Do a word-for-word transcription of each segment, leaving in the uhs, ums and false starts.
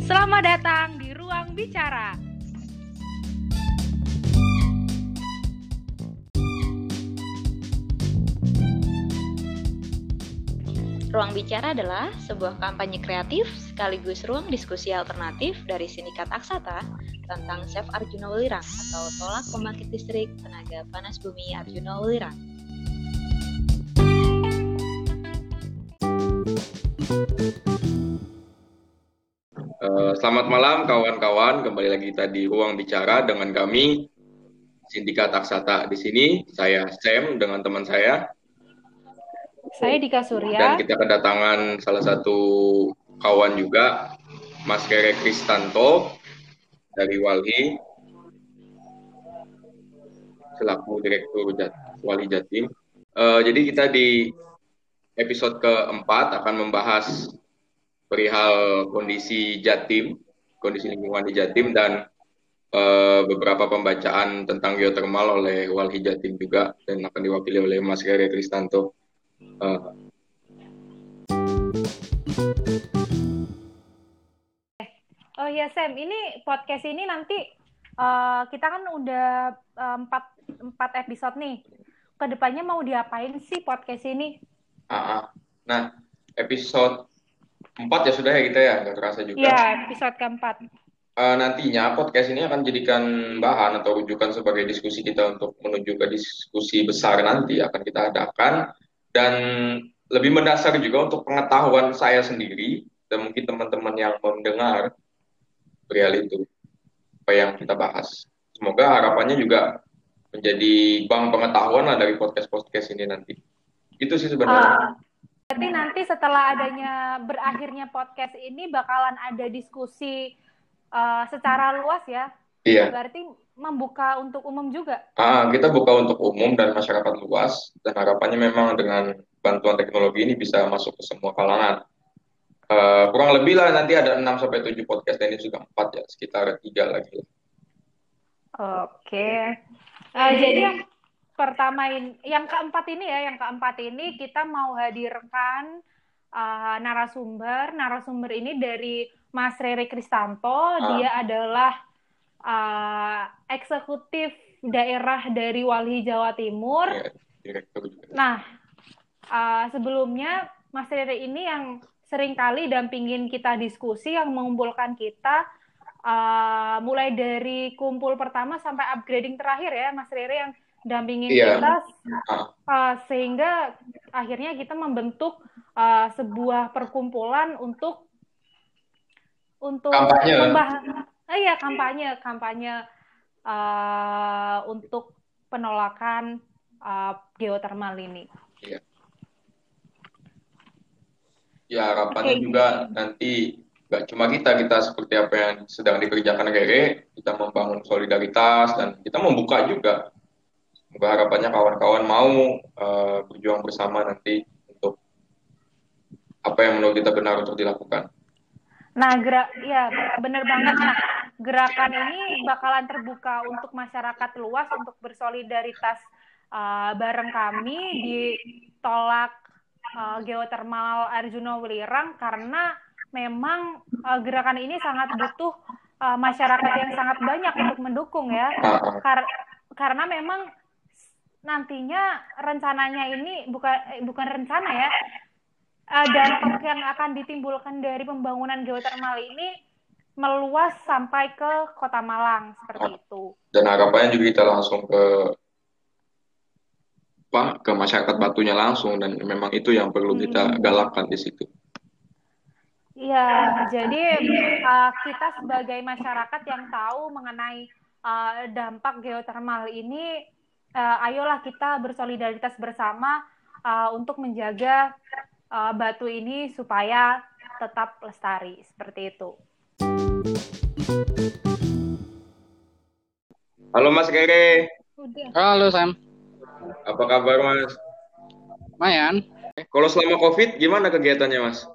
Selamat datang di Ruang Bicara. Ruang Bicara adalah sebuah kampanye kreatif sekaligus ruang diskusi alternatif dari Sindikat Aksata tentang Chef Arjuna Welirang atau Tolak Pembangkit Listrik Tenaga Panas Bumi Arjuna Welirang. Uh, selamat malam kawan-kawan, kembali lagi kita di Ruang Bicara dengan kami Sindikat Aksata. Di sini saya Sam dengan teman saya. Saya Dika Surya. Dan kita kedatangan salah satu kawan juga, Mas Kere Kristanto dari Walhi, selaku Direktur Jat, Walhi Jatim. Uh, jadi kita di episode keempat akan membahas perihal kondisi Jatim, kondisi lingkungan di Jatim, dan uh, beberapa pembacaan tentang geothermal oleh Walhi Jatim juga, dan akan diwakili oleh Mas Kere Kristanto. Uh, Oh ya Sam, ini podcast ini nanti uh, kita kan udah uh, empat, empat episode nih. Kedepannya mau diapain sih podcast ini? Uh, nah, episode empat ya sudah ya kita ya, nggak terasa juga. Iya, episode keempat. Uh, nantinya podcast ini akan jadikan bahan atau rujukan sebagai diskusi kita untuk menuju ke diskusi besar nanti akan kita adakan, dan lebih mendasar juga untuk pengetahuan saya sendiri dan mungkin teman-teman yang mendengar perihal itu apa yang kita bahas. Semoga harapannya juga menjadi bank pengetahuan lah dari podcast-podcast ini nanti. Itu sih sebenarnya. Uh. Berarti nanti setelah adanya berakhirnya podcast ini bakalan ada diskusi uh, secara luas ya? Iya. Berarti membuka untuk umum juga? Ah, kita buka untuk umum dan masyarakat luas, dan harapannya memang dengan bantuan teknologi ini bisa masuk ke semua kalangan. Uh, kurang lebih lah nanti ada enam sampai tujuh podcast, dan ini juga empat ya, sekitar tiga lagi. Oke. Uh, jadi yang pertama ini, yang keempat ini ya, yang keempat ini kita mau hadirkan uh, narasumber. Narasumber ini dari Mas Rere Kristanto. Ah. Dia adalah uh, eksekutif daerah dari Walhi Jawa Timur. Ya, direktur juga. Nah, uh, sebelumnya Mas Rere ini yang sering kali dampingin kita diskusi, yang mengumpulkan kita uh, mulai dari kumpul pertama sampai upgrading terakhir ya, Mas Rere yang dampingin iya. kita uh, sehingga akhirnya kita membentuk uh, sebuah perkumpulan untuk untuk kampanye. membahas, eh, iya kampanye kampanye uh, untuk penolakan uh, geothermal ini. Iya. Ya harapannya okay. juga nanti nggak cuma kita kita seperti apa yang sedang dikerjakan Rere, kita membangun solidaritas dan kita membuka juga. Semoga harapannya kawan-kawan mau uh, berjuang bersama nanti untuk apa yang menurut kita benar untuk dilakukan. Nah, gerak ya benar banget. Nah, gerakan ini bakalan terbuka untuk masyarakat luas untuk bersolidaritas uh, bareng kami di tolak uh, geothermal Arjuna Welirang, karena memang uh, gerakan ini sangat butuh uh, masyarakat yang sangat banyak untuk mendukung ya. Kar- karena memang nantinya rencananya ini bukan bukan rencana ya, uh, dampak yang akan ditimbulkan dari pembangunan geothermal ini meluas sampai ke Kota Malang seperti itu. Dan harapannya juga kita langsung ke apa ke masyarakat Batunya langsung, dan memang itu yang perlu kita galakkan di situ. Iya, jadi uh, kita sebagai masyarakat yang tahu mengenai uh, dampak geothermal ini, Uh, ayolah kita bersolidaritas bersama uh, untuk menjaga uh, batu ini supaya tetap lestari seperti itu. Halo Mas Kere. Halo Sam. Apa kabar Mas? Lumayan. Kalau selama COVID gimana kegiatannya Mas?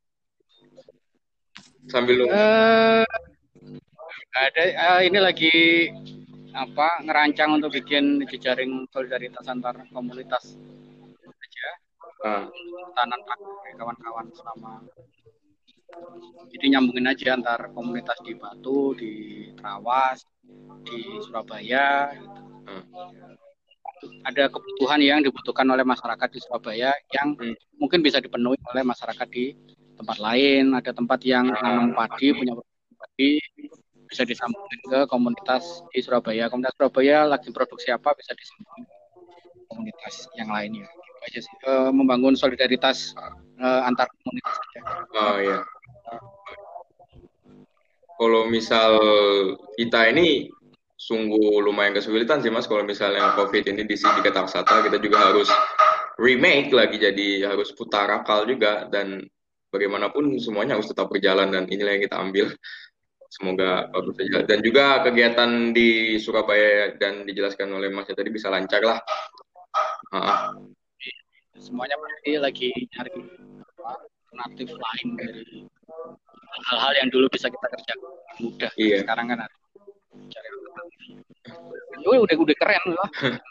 Sambil lu? Uh, ada uh, ini lagi apa ngerancang untuk bikin jejaring solidaritas antar komunitas aja, ah. tanam kawan-kawan selama Jadi nyambungin aja antar komunitas di Batu, di Trawas, di Surabaya. Gitu. Hmm. Ada kebutuhan yang dibutuhkan oleh masyarakat di Surabaya yang hmm. mungkin bisa dipenuhi oleh masyarakat di tempat lain. Ada tempat yang nanam padi, punya padi, bisa disambungin ke komunitas di Surabaya. Komunitas Surabaya lagi produksi apa, bisa disambungin ke komunitas yang lainnya. Gitu aja sih. E, membangun solidaritas e, antar komunitas. Oh iya. Kalau misal kita ini sungguh lumayan kesulitan sih Mas, kalau misalnya COVID ini di sini Kataksata, kita juga harus remake lagi, jadi harus putar akal juga, dan bagaimanapun semuanya harus tetap berjalan, dan inilah yang kita ambil. Semoga bagus saja. Dan juga kegiatan di Surabaya dan dijelaskan oleh Mas tadi bisa lancar lah. Uh. Semuanya pasti lagi nyari alternatif lain dari hal-hal yang dulu bisa kita kerjakan mudah. Iya. Sekarang kan ada cari alternatif. Oh, udah udah keren loh.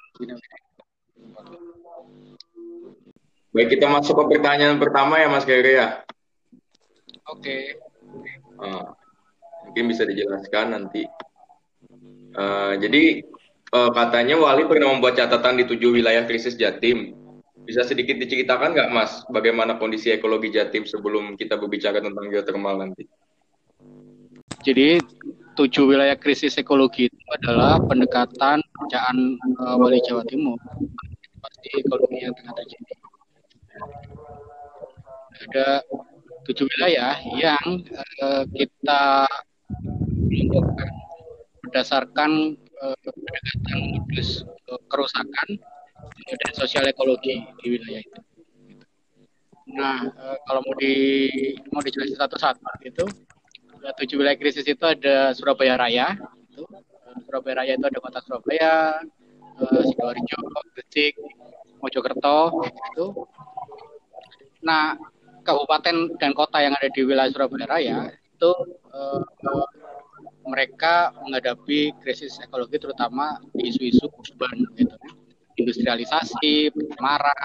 Baik, kita masuk ke pertanyaan pertama ya Mas Keri ya. Oke. Okay. Uh, mungkin bisa dijelaskan nanti. Uh, jadi uh, katanya Wali pernah membuat catatan di tujuh wilayah krisis Jatim. Bisa sedikit diceritakan nggak Mas, bagaimana kondisi ekologi Jatim sebelum kita berbicara tentang geothermal nanti? Jadi tujuh wilayah krisis ekologi itu adalah pendekatan kerjaan uh, Wali Jawa Timur. Pasti ekologi yang tengah terjadi. Ada tujuh wilayah yang uh, kita kelompokkan berdasarkan uh, pendekatan modus uh, kerusakan dan sosial ekologi di wilayah itu. Nah, uh, kalau mau di mau dijelasin satu-satu itu, uh, tujuh wilayah krisis itu ada Surabaya Raya, itu uh, Surabaya Raya itu ada kota Surabaya, uh, Sidoarjo, Gresik, Mojokerto, itu. Nah, kabupaten dan kota yang ada di wilayah Surabaya Raya itu uh, uh, mereka menghadapi krisis ekologi terutama di isu-isu urban gitu, industrialisasi, pencemaran,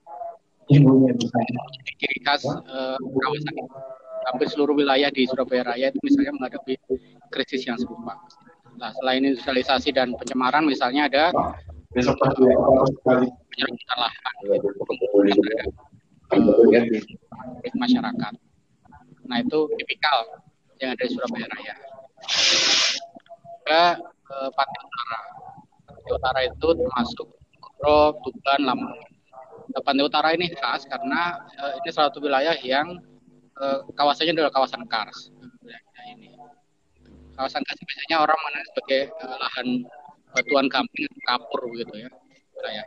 ciri khas uh, kawasan itu. Hampir seluruh wilayah di Surabaya Raya itu misalnya menghadapi krisis yang serupa. Nah, selain industrialisasi dan pencemaran, misalnya ada penyerapan lahan uh, masyarakat. Nah, itu tipikal yang ada di Surabaya Raya. Juga uh, Pantai Utara. Pantai Utara itu termasuk Goro, Tuban, Lampung. Nah, Pantai Utara ini khas karena uh, ini salah satu wilayah yang uh, kawasannya adalah kawasan kars. Nah, ini. Kawasan kars biasanya orang mengenal sebagai uh, lahan batuan gamping atau kapur gitu ya. Wilayah.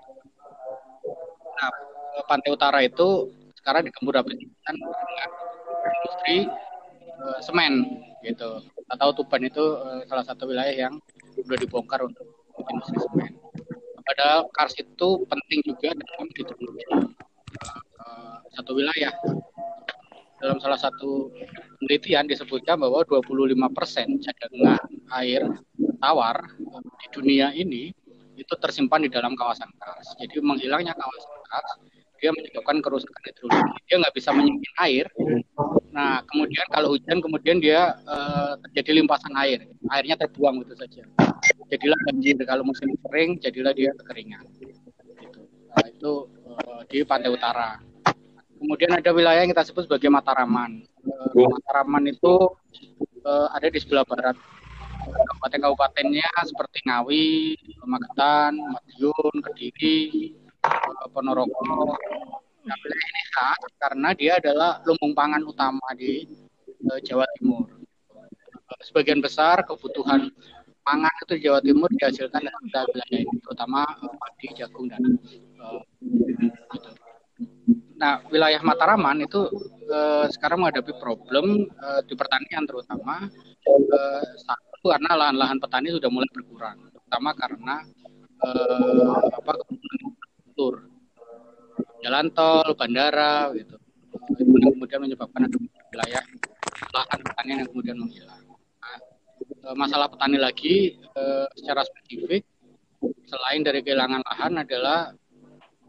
Nah, Pantai Utara itu sekarang digembur habiskan dengan industri uh, semen gitu. Atau Tuban itu uh, salah satu wilayah yang sudah dibongkar untuk industri semen. Padahal kars itu penting juga dalam hidrologi uh, satu wilayah. Dalam salah satu penelitian disebutkan bahwa dua puluh lima persen cadangan air tawar uh, di dunia ini itu tersimpan di dalam kawasan kars. Jadi menghilangnya kawasan kars, dia menyebabkan kerusakan hidrologi. Dia nggak bisa menyimpan air. Nah, kemudian kalau hujan, kemudian dia uh, terjadi limpasan air. Airnya terbuang gitu saja. Jadilah banjir. Kalau musim kering, jadilah dia kekeringan. Gitu. Nah, itu uh, di Pantai Utara. Kemudian ada wilayah yang kita sebut sebagai Mataraman. Uh, Mataraman itu uh, ada di sebelah barat. Kabupaten-kabupatennya seperti Ngawi, Magetan, Madiun, Kediri, Ponorogo. Nah, wilayah ini khas karena dia adalah lumbung pangan utama di uh, Jawa Timur. Uh, sebagian besar kebutuhan pangan itu di Jawa Timur dihasilkan dari wilayah ini, terutama uh, padi, jagung, dan uh, gitu. Nah, wilayah Mataraman itu uh, sekarang menghadapi problem uh, di pertanian terutama uh, satu karena lahan-lahan petani sudah mulai berkurang, terutama karena uh, apa kebutuhan jalan tol, bandara, gitu. Itu yang kemudian menyebabkan ada wilayah lahan pertanian yang kemudian menghilang. Nah, masalah petani lagi uh, secara spesifik selain dari kehilangan lahan adalah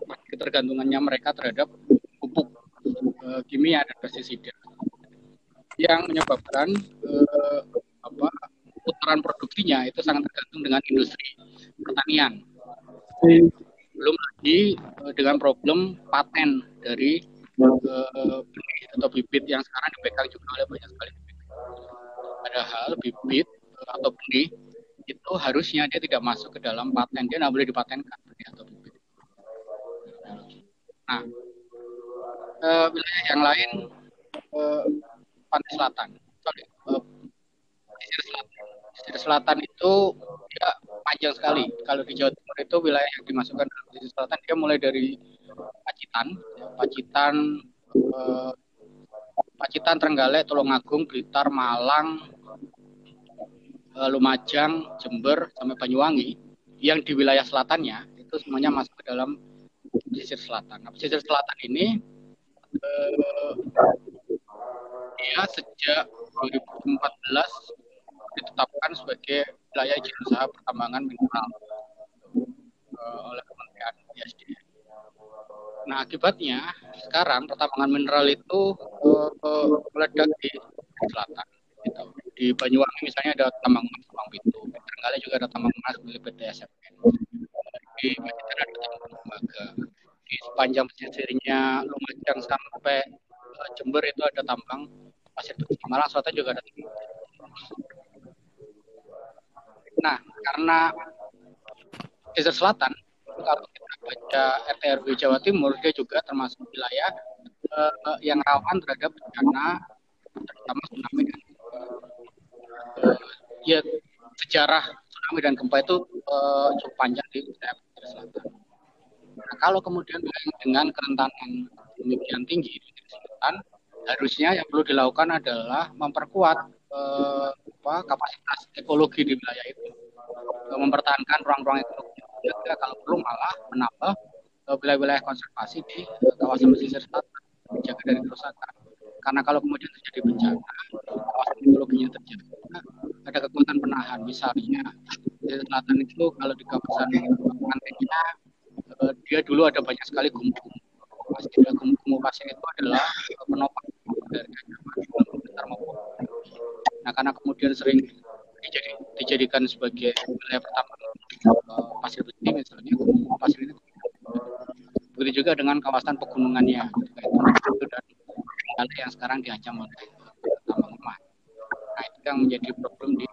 ketergantungannya mereka terhadap pupuk uh, kimia dan pestisida. yang menyebabkan eh, apa putaran produksinya itu sangat tergantung dengan industri pertanian. Belum lagi eh, dengan problem paten dari eh, benih atau bibit yang sekarang dipegang juga oleh banyak sekali bibit. Padahal bibit eh, atau benih itu harusnya dia tidak masuk ke dalam paten, dia tidak boleh dipatenkan benih atau bibit. Nah, eh, wilayah yang lain eh, pantai selatan, sorry, eh, pesisir selatan. Pesisir selatan itu dia panjang sekali. Kalau di Jawa Timur itu wilayah yang dimasukkan dalam pesisir selatan dia mulai dari Pacitan, Pacitan, eh, Pacitan, Trenggalek, Tulungagung, Blitar, Malang, eh, Lumajang, Jember, sampai Banyuwangi. Yang di wilayah selatannya itu semuanya masuk ke dalam pesisir selatan. Nah, pesisir selatan ini eh, dia sejak dua ribu empat belas ditetapkan sebagai wilayah izin usaha pertambangan mineral uh, oleh Kementerian I S D M. Nah, akibatnya sekarang pertambangan mineral itu uh, uh, meledak di selatan. Gitu. Di Banyuwangi misalnya ada tambang emas Tambang Pitu, di Trenggalek juga ada tambang emas milik P T S M N. Di Pacitan ada tambang tembaga. Di sepanjang pesisirnya Lumajang sampai uh, Jember itu ada tambang pasir putih. Malang Selatan juga ada tambang. Nah, karena pesisir selatan, kalau kita baca R T R W Jawa Timur, dia juga termasuk wilayah uh, yang rawan terhadap bencana, terutama tsunami dan uh, ya sejarah tsunami dan gempa itu uh, cukup panjang di wilayah pesisir selatan. Nah, kalau kemudian dengan kerentanan demikian tinggi di pesisir selatan, harusnya yang perlu dilakukan adalah memperkuat uh, apa, kapasitas ekologi di wilayah itu, mempertahankan ruang-ruang ekologi, juga kalau perlu malah menambah uh, wilayah-wilayah konservasi di uh, kawasan pesisir selatan, menjaga dari kerusakan. Karena kalau kemudian terjadi bencana, kawasan ekologinya terjadi, ada kekuatan penahan. Misalnya pesisir selatan itu kalau di kawasan pantainya uh, dia dulu ada banyak sekali gumuk-gumuk pasir. Gumuk-gumuk pasir itu adalah uh, penopang dari ancaman besar maupun. Nah, karena kemudian sering dijadi, dijadikan sebagai wilayah pertama uh, pasir putih misalnya, gumuk pasir itu. Begitu juga dengan kawasan pegunungannya, itu dan yang sekarang diancam oleh tambang emas. Nah, itu yang menjadi problem di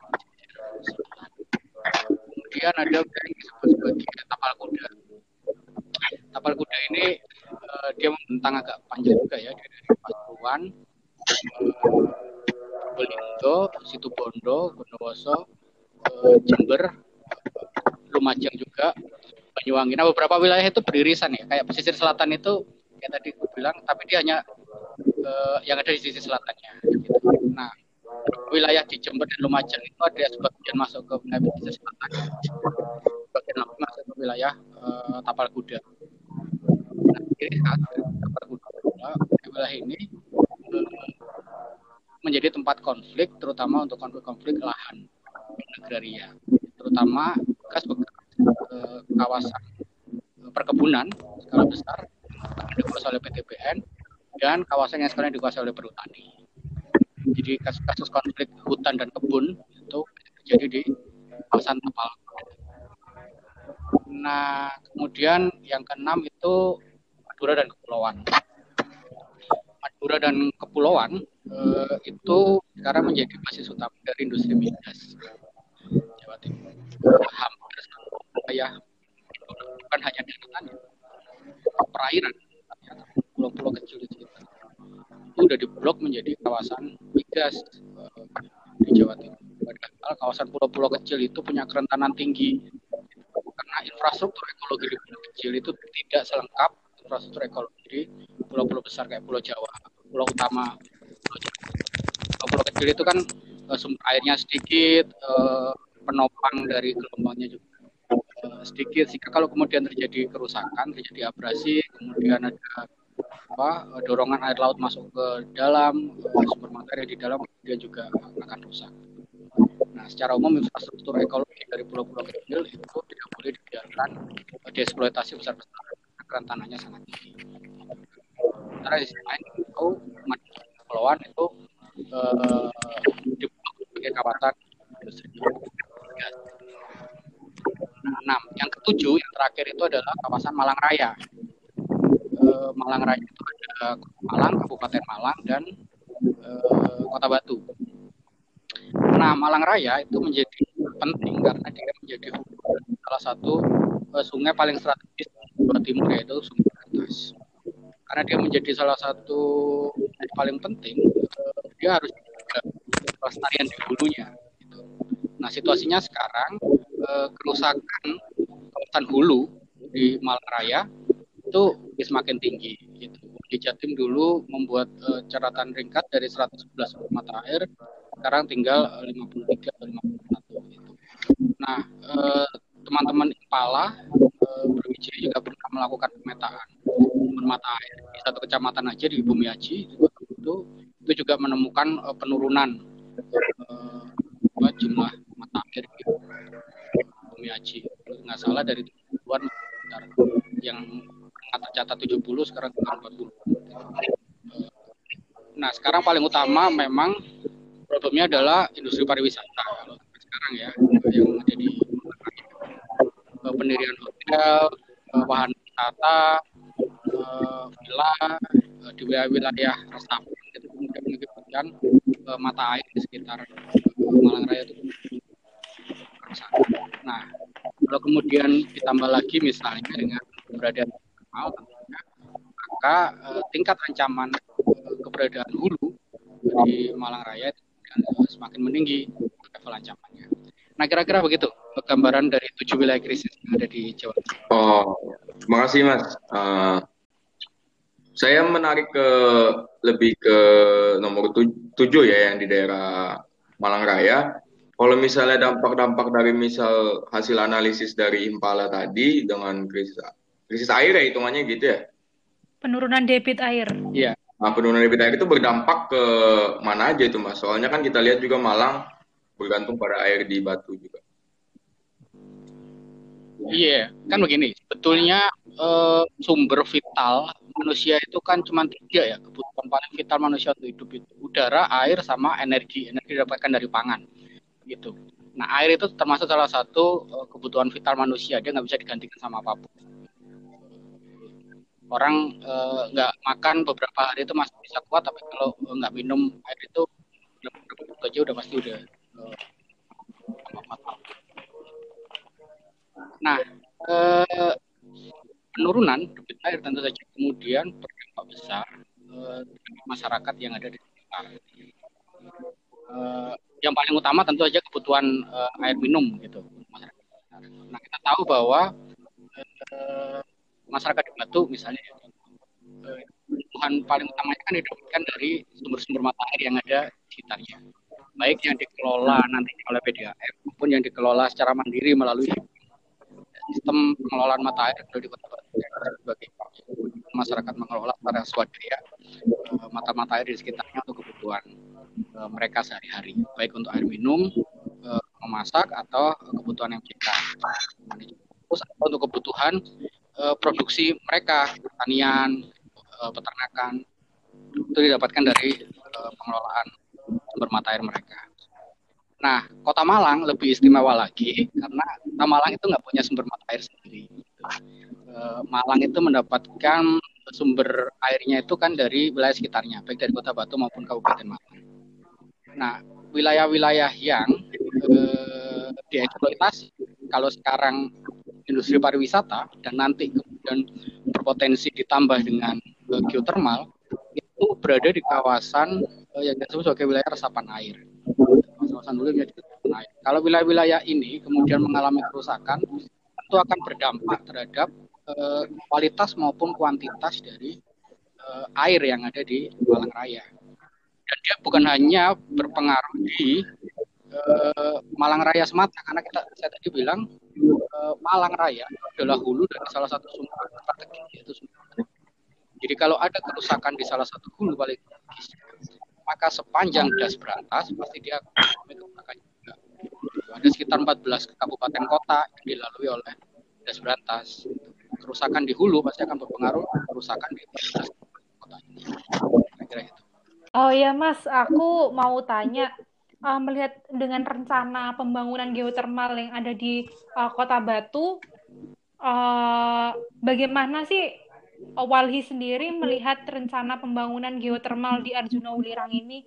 kemudian ada yang disebut sebagai tapal kuda. Tapal kuda ini uh, dia membentang agak panjang juga ya, dari Pasuruan, uh, Probolinggo, Situbondo, Bondowoso, uh, Jember, Lumajang juga, Banyuwangi. Nah, beberapa wilayah itu beririsan ya, kayak pesisir selatan itu kayak tadi gue bilang, tapi dia hanya uh, yang ada di sisi selatannya. Gitu. Nah, wilayah di Jember dan Lumajang itu ada sebagian masuk ke wilayah pesisir selatan, sebagian lagi masuk ke wilayah uh, tapal kuda. Nah, ciri khas tapal kuda adalah wilayah ini uh, menjadi tempat konflik, terutama untuk konflik-konflik lahan agraria, terutama bekas bekas uh, kawasan perkebunan skala besar yang dikuasai oleh P T B N dan kawasan yang sekarang dikuasai oleh perhutani. Jadi kasus-kasus konflik hutan dan kebun itu terjadi di kawasan tapal. Nah, kemudian yang keenam itu Madura dan Kepulauan. Madura dan Kepulauan eh, itu sekarang menjadi basis utama dari industri migas Jawa Timur. Hampir seluruh wilayah bukan hanya di daratan, perairan, pulau-pulau kecil di sekitar itu sudah diblok menjadi kawasan migas uh, di Jawa Timur. Padahal kawasan pulau-pulau kecil itu punya kerentanan tinggi karena infrastruktur ekologi di pulau kecil itu tidak selengkap infrastruktur ekologi di pulau-pulau besar kayak Pulau Jawa, Pulau Utama. Pulau-pulau kecil itu kan uh, sumber airnya sedikit, uh, penopang dari gelombangnya juga uh, sedikit. Sehingga kalau kemudian terjadi kerusakan, terjadi abrasi, kemudian ada apa dorongan air laut masuk ke dalam, sumber materi di dalam dia juga akan rusak. Nah, secara umum infrastruktur ekologi dari pulau-pulau kecil itu tidak boleh dibiarkan dieksploitasi besar-besaran karena kerentanannya sangat tinggi. Sementara di sisi lain itu kepulauan itu uh, dibentuk sebagai kawasan industri. Nah, enam. Yang ketujuh, yang terakhir itu adalah kawasan Malang Raya. Uh, Malang Raya itu ada Kota Malang, Kabupaten Malang, dan uh, Kota Batu. Nah, Malang Raya itu menjadi penting karena dia menjadi salah satu uh, sungai paling strategis di Jawa Timur, yaitu Sungai Berantas. Karena dia menjadi salah satu yang paling penting, uh, dia harus juga pelestarian di hulunya. Gitu. Nah, situasinya sekarang uh, kerusakan kawasan hulu di Malang Raya itu semakin tinggi. Gitu. Di Jatim dulu membuat uh, catatan ringkas dari seratus sebelas mata air, sekarang tinggal uh, lima puluh tiga atau lima puluh satu. Gitu. Nah, uh, teman-teman Impala uh, Brawijaya juga pernah melakukan pemetaan sumber mata air di satu kecamatan aja di Bumiaji itu itu juga menemukan uh, penurunan uh, jumlah mata air di Bumiaji. Nggak salah dari tujuh puluhan yang tercatat tujuh puluh sekarang empat puluh. Nah, sekarang paling utama memang problemnya adalah industri pariwisata kalau sekarang ya, yang menjadi pendirian hotel, wahana wisata, villa di wilayah resapan itu kemudian mengakibatkan mata air di sekitar Malang Raya itu. Nah, kalau kemudian ditambah lagi misalnya dengan keberadaan termal, maka uh, tingkat ancaman uh, keberadaan hulu di Malang Raya itu uh, semakin meninggi level ancamannya. Nah, kira-kira begitu gambaran dari tujuh wilayah krisis yang ada di Jawa Timur. Oh, terima kasih Mas. Uh, saya menarik ke lebih ke nomor tujuh ya, yang di daerah Malang Raya. Kalau misalnya dampak-dampak dari misal hasil analisis dari Impala tadi dengan krisis krisis air ya hitungannya gitu ya? Penurunan debit air. Iya. Nah, penurunan debit air itu berdampak ke mana aja itu Mas? Soalnya kan kita lihat juga Malang bergantung pada air di Batu juga. Iya, kan begini. Sebetulnya eh, sumber vital manusia itu kan cuma tiga ya. Kebutuhan paling vital manusia untuk hidup itu udara, air, sama energi. Energi didapatkan dari pangan. Gitu. Nah, air itu termasuk salah satu uh, kebutuhan vital manusia, dia nggak bisa digantikan sama apapun. Orang nggak uh, makan beberapa hari itu masih bisa kuat, tapi kalau nggak uh, minum air itu beberapa aja udah pasti udah uh, nah uh, penurunan debit air tentu saja kemudian berdampak besar uh, di masyarakat yang ada di sekitar. Uh, yang paling utama tentu saja kebutuhan uh, air minum gitu masyarakat. Nah, kita tahu bahwa uh, masyarakat di Batu misalnya uh, kebutuhan paling utamanya kan didapatkan dari sumber-sumber mata air yang ada di sekitarnya, baik yang dikelola nanti oleh P D A M maupun yang dikelola secara mandiri melalui sistem pengelolaan mata air di Kota Batu sebagai masyarakat mengelola secara swadaya uh, mata-mata air di sekitarnya untuk kebutuhan mereka sehari-hari, baik untuk air minum, e, memasak, atau kebutuhan M C K. Terus untuk kebutuhan e, produksi mereka, pertanian, e, peternakan, itu didapatkan dari e, pengelolaan sumber mata air mereka. Nah, Kota Malang lebih istimewa lagi, karena Kota Malang itu nggak punya sumber mata air sendiri. E, Malang itu mendapatkan sumber airnya itu kan dari wilayah sekitarnya, baik dari Kota Batu maupun Kabupaten Malang. Nah, wilayah-wilayah yang eh, dieksploitasi, kalau sekarang industri pariwisata dan nanti kemudian berpotensi ditambah dengan eh, geotermal, itu berada di kawasan eh, yang disebut sebagai wilayah resapan air. Kawasan dulu menjadi resapan air. Kalau wilayah-wilayah ini kemudian mengalami kerusakan, itu akan berdampak terhadap eh, kualitas maupun kuantitas dari eh, air yang ada di Malang Raya. Dan dia bukan hanya berpengaruh di uh, Malang Raya semata, karena kita saya tadi bilang uh, Malang Raya adalah hulu dari salah satu sumber strategis, yaitu sumber. Jadi kalau ada kerusakan di salah satu hulu paling strategis, maka sepanjang Das Berantas pasti dia mengalami kerusakan juga. Ada sekitar empat belas kabupaten kota yang dilalui oleh Das Berantas. Kerusakan di hulu pasti akan berpengaruh kerusakan di empat belas kota ini. Kira-kira itu. Oh ya Mas, aku mau tanya, uh, melihat dengan rencana pembangunan geotermal yang ada di uh, Kota Batu, uh, bagaimana sih Walhi sendiri melihat rencana pembangunan geotermal di Arjuna Ulirang ini?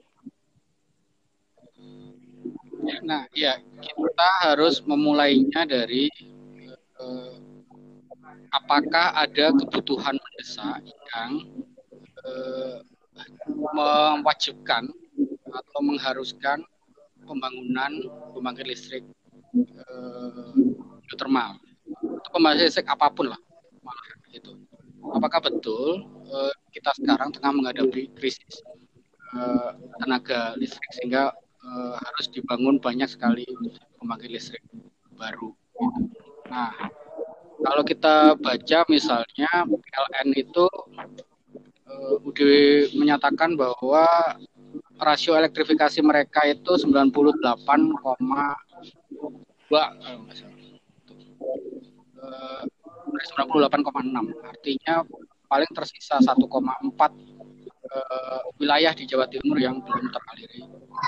Nah, ya kita harus memulainya dari eh, apakah ada kebutuhan mendesak yang eh, mewajibkan atau mengharuskan pembangunan pembangkit listrik eh, geotermal atau pembangkit listrik apapun lah malah itu. Apakah betul eh, kita sekarang tengah menghadapi krisis eh, tenaga listrik sehingga eh, harus dibangun banyak sekali pembangkit listrik baru. Gitu. Nah, kalau kita baca misalnya P L N itu uh, udah menyatakan bahwa rasio elektrifikasi mereka itu sembilan puluh delapan koma dua kalau nggak salah. Uh, sembilan puluh delapan koma enam artinya paling tersisa satu koma empat uh, wilayah di Jawa Timur yang belum teraliri.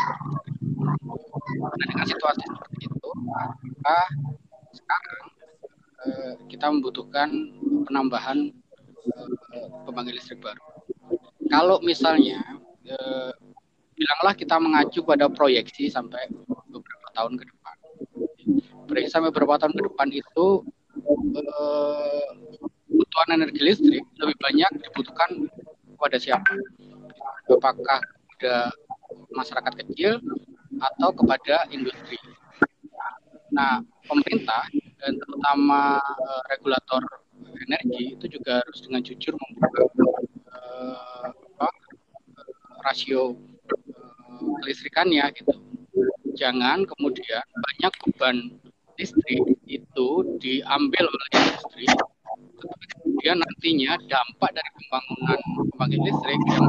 Nah, dengan situasi seperti itu, maka sekarang uh, kita membutuhkan penambahan uh, pembangkit listrik baru. Kalau misalnya uh, bilanglah kita mengacu pada proyeksi sampai beberapa tahun ke depan. Proyeksi sampai beberapa tahun ke depan itu eh, kebutuhan energi listrik lebih banyak dibutuhkan kepada siapa? Apakah kepada masyarakat kecil atau kepada industri? Nah, pemerintah dan terutama eh, regulator energi itu juga harus dengan jujur membuka eh, apa, rasio kelistrikannya gitu. Jangan kemudian banyak beban listrik itu diambil oleh industri, tetapi kemudian nantinya dampak dari pembangunan pembangkit listrik yang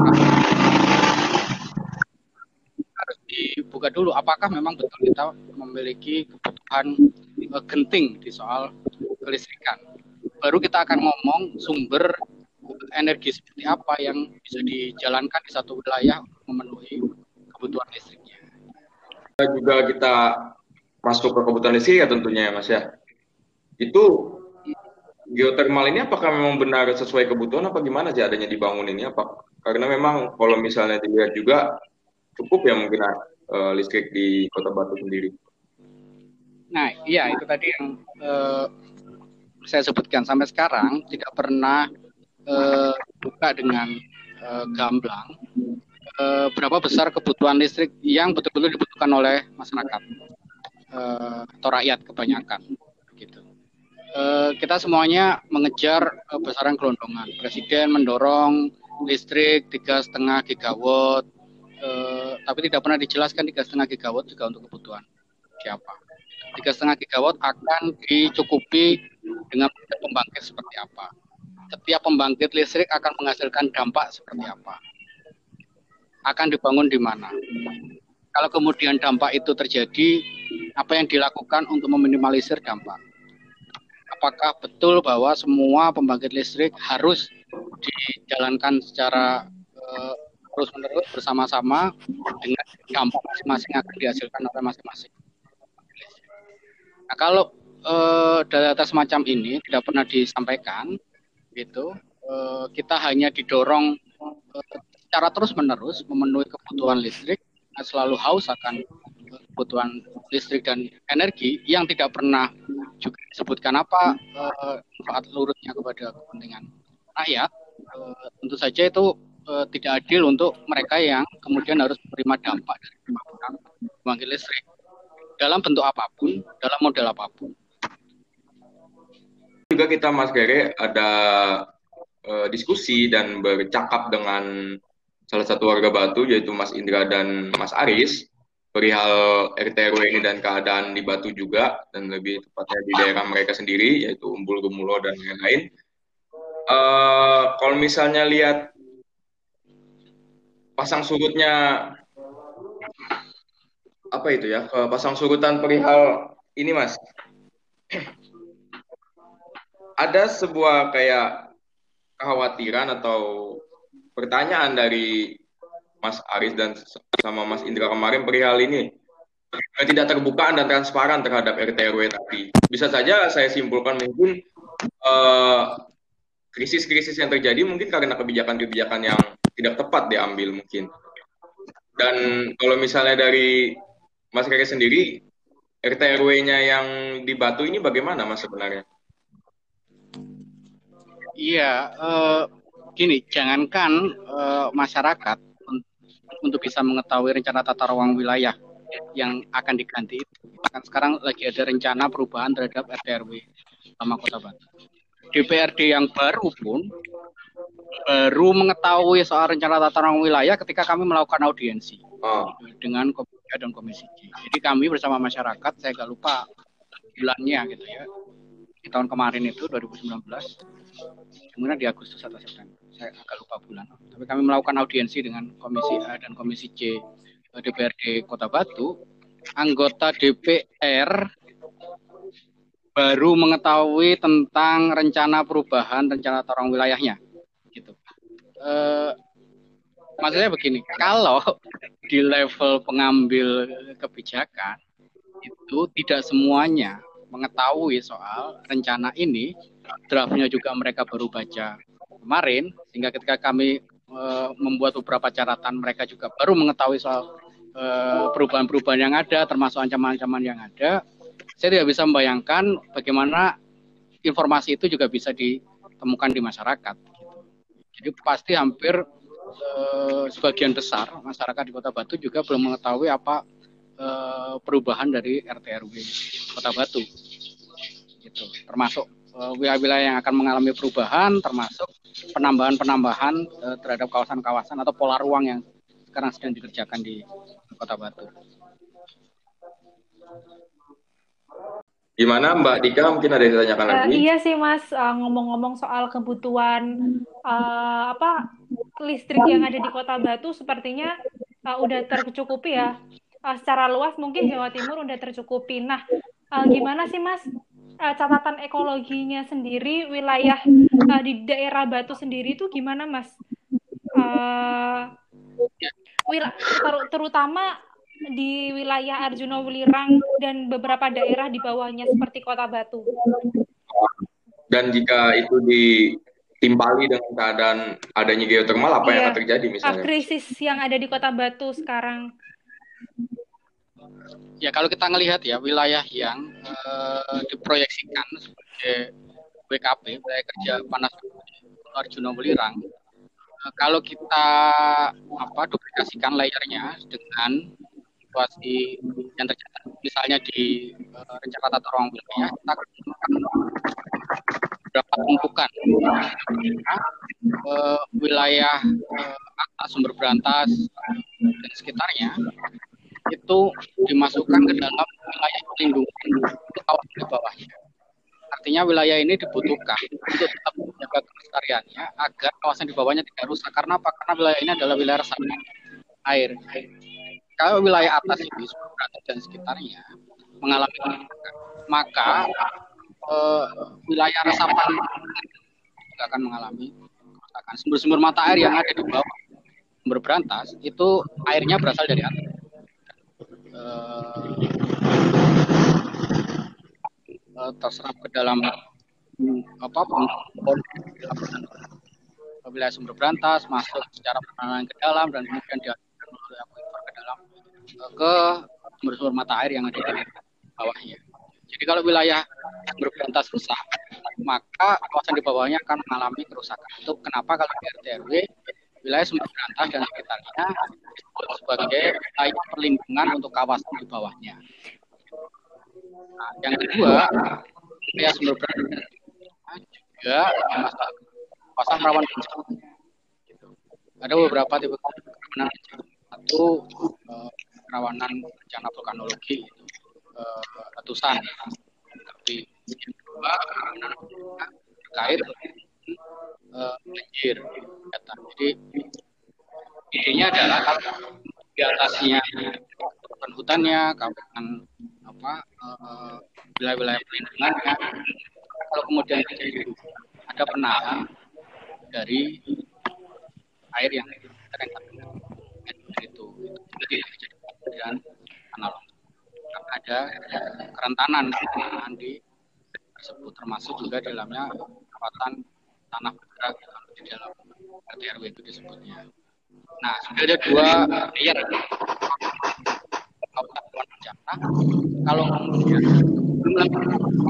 harus dibuka dulu. Apakah memang betul kita memiliki kebutuhan uh, genting di soal kelistrikan? Baru kita akan ngomong sumber energi seperti apa yang bisa dijalankan di satu wilayah memenuhi kebutuhan listriknya. Juga kita masuk ke kebutuhan listrik ya tentunya ya Mas ya. Itu geotermal ini apakah memang benar sesuai kebutuhan apa gimana sih adanya dibangun ini apa? Karena memang kalau misalnya dilihat juga cukup ya mungkin uh, listrik di Kota Batu sendiri. Nah, iya itu tadi yang uh, saya sebutkan sampai sekarang tidak pernah uh, buka dengan uh, gamblang uh, berapa besar kebutuhan listrik yang betul-betul dibutuhkan oleh masyarakat uh, atau rakyat kebanyakan gitu. Uh, kita semuanya mengejar uh, besaran gelondongan. Presiden mendorong listrik tiga koma lima gigawatt, uh, tapi tidak pernah dijelaskan tiga koma lima gigawatt juga untuk kebutuhan siapa. tiga koma lima gigawatt akan dicukupi dengan pembangkit seperti apa. Setiap pembangkit listrik akan menghasilkan dampak seperti apa. Akan dibangun di mana. Kalau kemudian dampak itu terjadi, apa yang dilakukan untuk meminimalisir dampak? Apakah betul bahwa semua pembangkit listrik harus dijalankan secara uh, terus-menerus bersama-sama dengan dampak masing-masing akan dihasilkan oleh masing-masing? Nah, kalau uh, data semacam ini tidak pernah disampaikan, gitu, uh, kita hanya didorong uh, secara terus-menerus memenuhi kebutuhan listrik, nah, selalu haus akan kebutuhan listrik dan energi yang tidak pernah juga disebutkan apa uh, manfaat lurusnya kepada kepentingan rakyat. Uh, tentu saja itu uh, tidak adil untuk mereka yang kemudian harus menerima dampak dari pembangunan pembangkit listrik dalam bentuk apapun, dalam model apapun. Juga kita Mas Gere ada uh, diskusi dan bercakap dengan salah satu warga Batu yaitu Mas Indra dan Mas Aris perihal R T R W ini dan keadaan di Batu juga dan lebih tepatnya di daerah mereka sendiri yaitu Umbul, Gemulo dan lain-lain. Uh, kalau misalnya lihat pasang surutnya apa itu ya pasang surutan perihal ini Mas, ada sebuah kayak kekhawatiran atau pertanyaan dari Mas Aris dan sama Mas Indra kemarin perihal ini ketidakterbukaan dan transparan terhadap R T R W tadi. Bisa saja saya simpulkan mungkin eh, krisis-krisis yang terjadi mungkin karena kebijakan-kebijakan yang tidak tepat diambil mungkin. Dan kalau misalnya dari Mas Rere sendiri, R T R W-nya yang di Batu ini bagaimana Mas sebenarnya? Iya, eh, gini, jangankan eh, masyarakat un- untuk bisa mengetahui rencana tata ruang wilayah yang akan diganti itu. Bahkan sekarang lagi ada rencana perubahan terhadap R T R W sama Kota Batu. D P R D yang baru pun baru mengetahui soal rencana tata ruang wilayah ketika kami melakukan audiensi Oh. dengan Komisi A dan Komisi C. Jadi kami bersama masyarakat, saya nggak lupa bulannya gitu ya, di tahun kemarin itu dua ribu sembilan belas, kemudian di Agustus atau September, saya agak lupa bulan. Tapi kami melakukan audiensi dengan Komisi A dan Komisi C D P R D Kota Batu. Anggota D P R baru mengetahui tentang rencana perubahan rencana tata ruang wilayahnya, gitu. Eh, maksudnya begini, kalau di level pengambil kebijakan itu tidak semuanya mengetahui soal rencana ini, draftnya juga mereka baru baca kemarin, sehingga ketika kami e, membuat beberapa catatan, mereka juga baru mengetahui soal e, perubahan-perubahan yang ada, termasuk ancaman-ancaman yang ada. Saya tidak bisa membayangkan bagaimana informasi itu juga bisa ditemukan di masyarakat. Jadi pasti hampir eh, sebagian besar masyarakat di Kota Batu juga belum mengetahui apa eh, perubahan dari R T R W Kota Batu. Gitu. Termasuk eh, wilayah-wilayah yang akan mengalami perubahan, termasuk penambahan-penambahan eh, terhadap kawasan-kawasan atau pola ruang yang sekarang sedang dikerjakan di Kota Batu. Gimana Mbak Dika, mungkin ada yang ditanyakan Uh, lagi? iya sih Mas, uh, ngomong-ngomong soal kebutuhan uh, apa listrik yang ada di Kota Batu sepertinya uh, udah tercukupi ya. Uh, secara luas mungkin Jawa Timur udah tercukupi. Nah, uh, gimana sih Mas uh, catatan ekologinya sendiri wilayah uh, di daerah Batu sendiri itu gimana Mas? Uh, wil- ter- terutama di wilayah Arjuna Welirang dan beberapa daerah di bawahnya seperti Kota Batu. Dan jika itu ditimpali dengan keadaan adanya geotermal, apa yang Iya, akan terjadi misalnya? krisis yang ada di Kota Batu sekarang. Ya kalau kita ngelihat ya wilayah yang uh, diproyeksikan sebagai W K P, wilayah kerja panas Arjuna Welirang, uh, kalau kita apa duplikasikan layernya dengan situasi yang terjadi misalnya di uh, rencana tata ruang wilayah, kita akan beberapa tumpukan uh, wilayah uh, atas Sumber Berantas dan sekitarnya itu dimasukkan ke dalam wilayah perlindungan untuk kawasan di bawahnya. Artinya wilayah ini dibutuhkan untuk tetap menjaga kelestariannya agar kawasan di bawahnya tidak rusak. Karena apa? Karena wilayah ini adalah wilayah resapan air. Kalau wilayah atas ini, Sumatera dan sekitarnya mengalami kerusakan, maka eh, wilayah resapan juga akan mengalami kerusakan. Sumber-sumber mata air yang ada di bawah Sumber Berantas itu airnya berasal dari atas. Uh, uh, terserap ke dalam um, apa wilayah Sumber Berantas, masuk secara perlahan ke dalam dan kemudian dialirkan oleh akuifer ke dalam uh, ke sumber-sumber mata air yang ada di bawahnya. Jadi kalau wilayah Sumber Berantas rusak, maka kawasan di bawahnya akan mengalami kerusakan. Itu kenapa kalau di R T R W wilayah Sumber Berantas dan sekitarnya disebut sebagai wilayah perlindungan untuk kawasan di bawahnya. Nah, yang kedua, wilayah Sumber Berantas juga masalah kawasan rawan bencana. Ada beberapa tipe kerawanan bencana. Satu, eh, kerawanan bencana vulkanologi, eh, letusan. Tapi yang kedua, kerawanan bencana terkait uh, banjir. Jadi intinya adalah kalau di atasnya kawasan hutannya, kawasan apa uh, wilayah-wilayah perlindungannya, kalau kemudian terjadi ada penahan dari air yang terendam. ada kerentanan kerentanan di tersebut, termasuk juga dalamnya kawasan tanah bergerak kalau di dalam R T R W itu disebutnya. Nah, sudah ada dua layer kawasan rawan bencana. Kalau kemudian belum lagi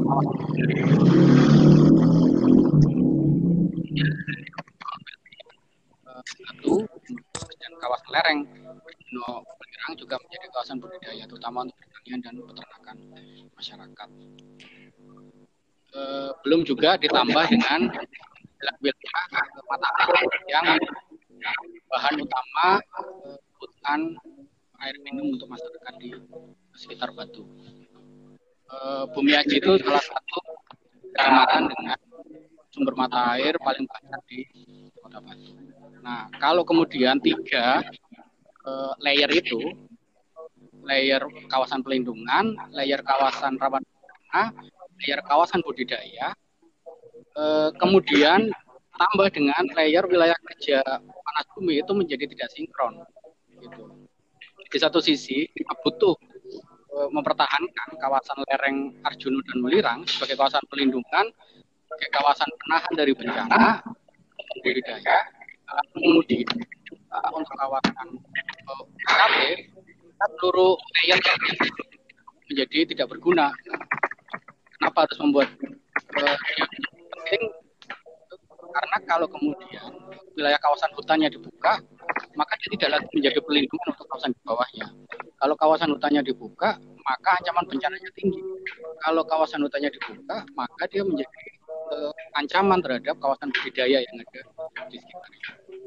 satu dan kawasan lereng Gunung Welirang juga menjadi kawasan budidaya, terutama untuk pertanian dan peternakan masyarakat. E, belum juga ditambah dengan wilayah mata air yang bahan utama kebutuhan air minum untuk masyarakat di sekitar Batu. E, Bumi Aji itu salah satu kecamatan dengan sumber mata air paling banyak di Kota Batu. Nah, kalau kemudian tiga uh, layer itu, layer kawasan pelindungan, layer kawasan rawan bencana, layer kawasan budidaya, uh, kemudian tambah dengan layer wilayah kerja panas bumi itu menjadi tidak sinkron. Gitu. Di satu sisi, kita butuh uh, mempertahankan kawasan lereng Arjuna dan Welirang sebagai kawasan pelindungan, sebagai kawasan penahan dari bencana, budidaya. Kemudian uh, untuk kawasan uh, K P, seluruh layer menjadi tidak berguna. Kenapa harus membuat uh, yang penting? Karena kalau kemudian wilayah kawasan hutannya dibuka, maka dia tidak lagi menjadi pelindungan untuk kawasan di bawahnya. Kalau kawasan hutannya dibuka, maka ancaman bencananya tinggi. Kalau kawasan hutannya dibuka, maka dia menjadi uh, ancaman terhadap kawasan budidaya yang ada di sekitarnya.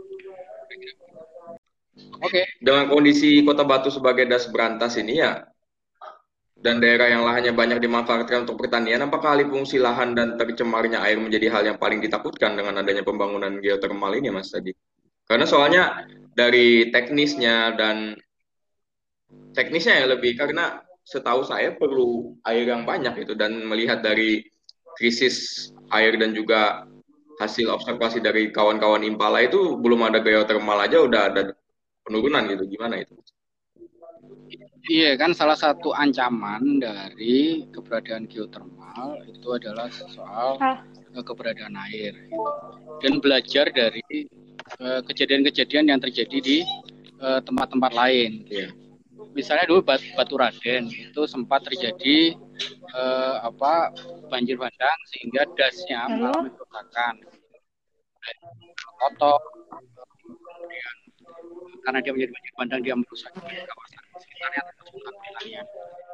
Oke. Okay. Dengan kondisi Kota Batu sebagai das berantas ini ya, dan daerah yang lahannya banyak dimanfaatkan untuk pertanian, apakah alih fungsi lahan dan tercemarnya air menjadi hal yang paling ditakutkan dengan adanya pembangunan geotermal ini, Mas tadi? Karena soalnya dari teknisnya dan teknisnya ya lebih, karena setahu saya perlu air yang banyak itu, dan melihat dari krisis air dan juga hasil observasi dari kawan-kawan Impala itu belum ada geotermal aja udah ada penurunan gitu, gimana itu? Iya kan, salah satu ancaman dari keberadaan geotermal itu adalah soal ah. keberadaan air gitu. Dan belajar dari uh, kejadian-kejadian yang terjadi di uh, tempat-tempat lain. Yeah. Misalnya dulu Batu Raden itu sempat terjadi uh, apa banjir bandang sehingga dasnya mengalami kerusakan, kotor, kemudian karena dia menjadi banjir bandang dia merusak kawasan sekitarnya termasuk hutan pertanian.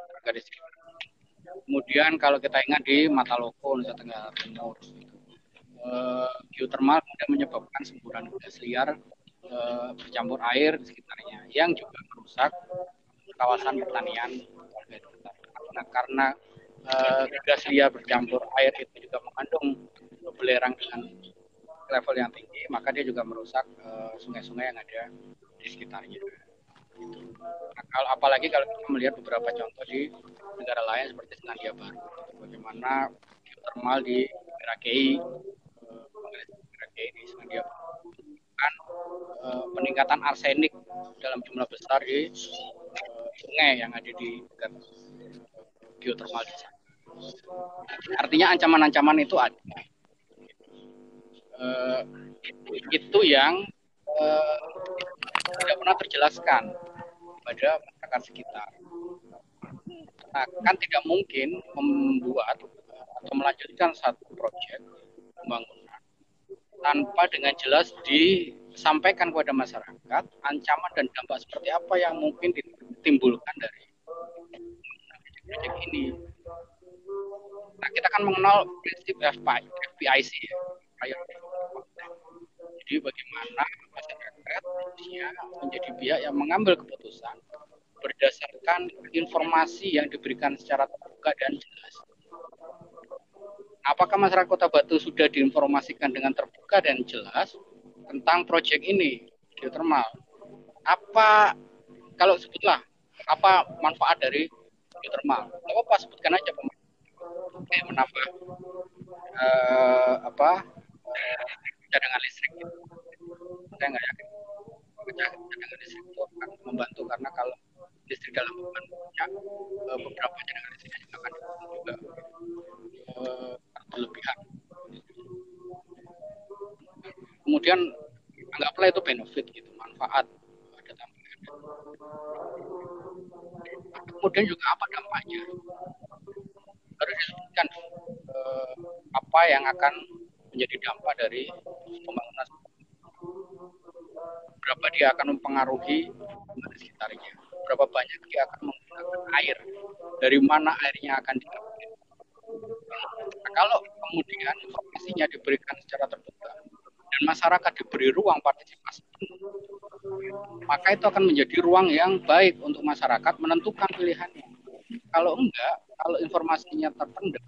Kemudian kalau kita ingat di Mataloko, Nusa Tenggara Timur, uh, geotermal kemudian menyebabkan semburan gas liar uh, bercampur air di sekitarnya yang juga merusak kawasan pertanian. Nah, karena uh, gas liar bercampur air itu juga mengandung belerang dengan level yang tinggi, maka dia juga merusak uh, sungai-sungai yang ada di sekitarnya. Gitu. Nah, kalau apalagi kalau kita melihat beberapa contoh di negara lain seperti Selandia Baru, bagaimana geotermal di Merauke, Merauke di Selandia Baru kan uh, peningkatan arsenik dalam jumlah besar di uh, sungai yang ada di dekat geotermal di sana. Artinya ancaman-ancaman itu ada. Uh, itu yang uh, tidak pernah terjelaskan pada masyarakat sekitar. Nah, kan tidak mungkin membuat atau melanjutkan satu proyek pembangunan tanpa dengan jelas disampaikan kepada masyarakat ancaman dan dampak seperti apa yang mungkin ditimbulkan dari proyek ini. Nah, kita kan mengenal prinsip F P I C ya. Jadi bagaimana masyarakat Indonesia menjadi pihak yang mengambil keputusan berdasarkan informasi yang diberikan secara terbuka dan jelas. Apakah masyarakat Kota Batu sudah diinformasikan dengan terbuka dan jelas tentang proyek ini geotermal? Apa kalau sebutlah apa manfaat dari geotermal? Tidak apa sebutkan aja kayak menambah uh, apa uh, cadangan listrik. Saya nggak yakin cadangan listrik itu akan membantu karena kalau listrik listrik dalam beban puncak, uh, beberapa cadangan listriknya juga akan juga uh, berlebihan. Kemudian anggaplah itu benefit gitu, manfaat ada tambahan. Kemudian juga apa dampaknya? Harus disebutkan uh, apa yang akan menjadi dampak dari pembangunan. Berapa dia akan mempengaruhi lingkungan sekitarnya, berapa banyak dia akan menggunakan air, dari mana airnya akan diambil. Nah, kalau kemudian informasinya diberikan secara terbuka dan masyarakat diberi ruang partisipasi, maka itu akan menjadi ruang yang baik untuk masyarakat menentukan pilihannya. Kalau enggak, kalau informasinya terpendam,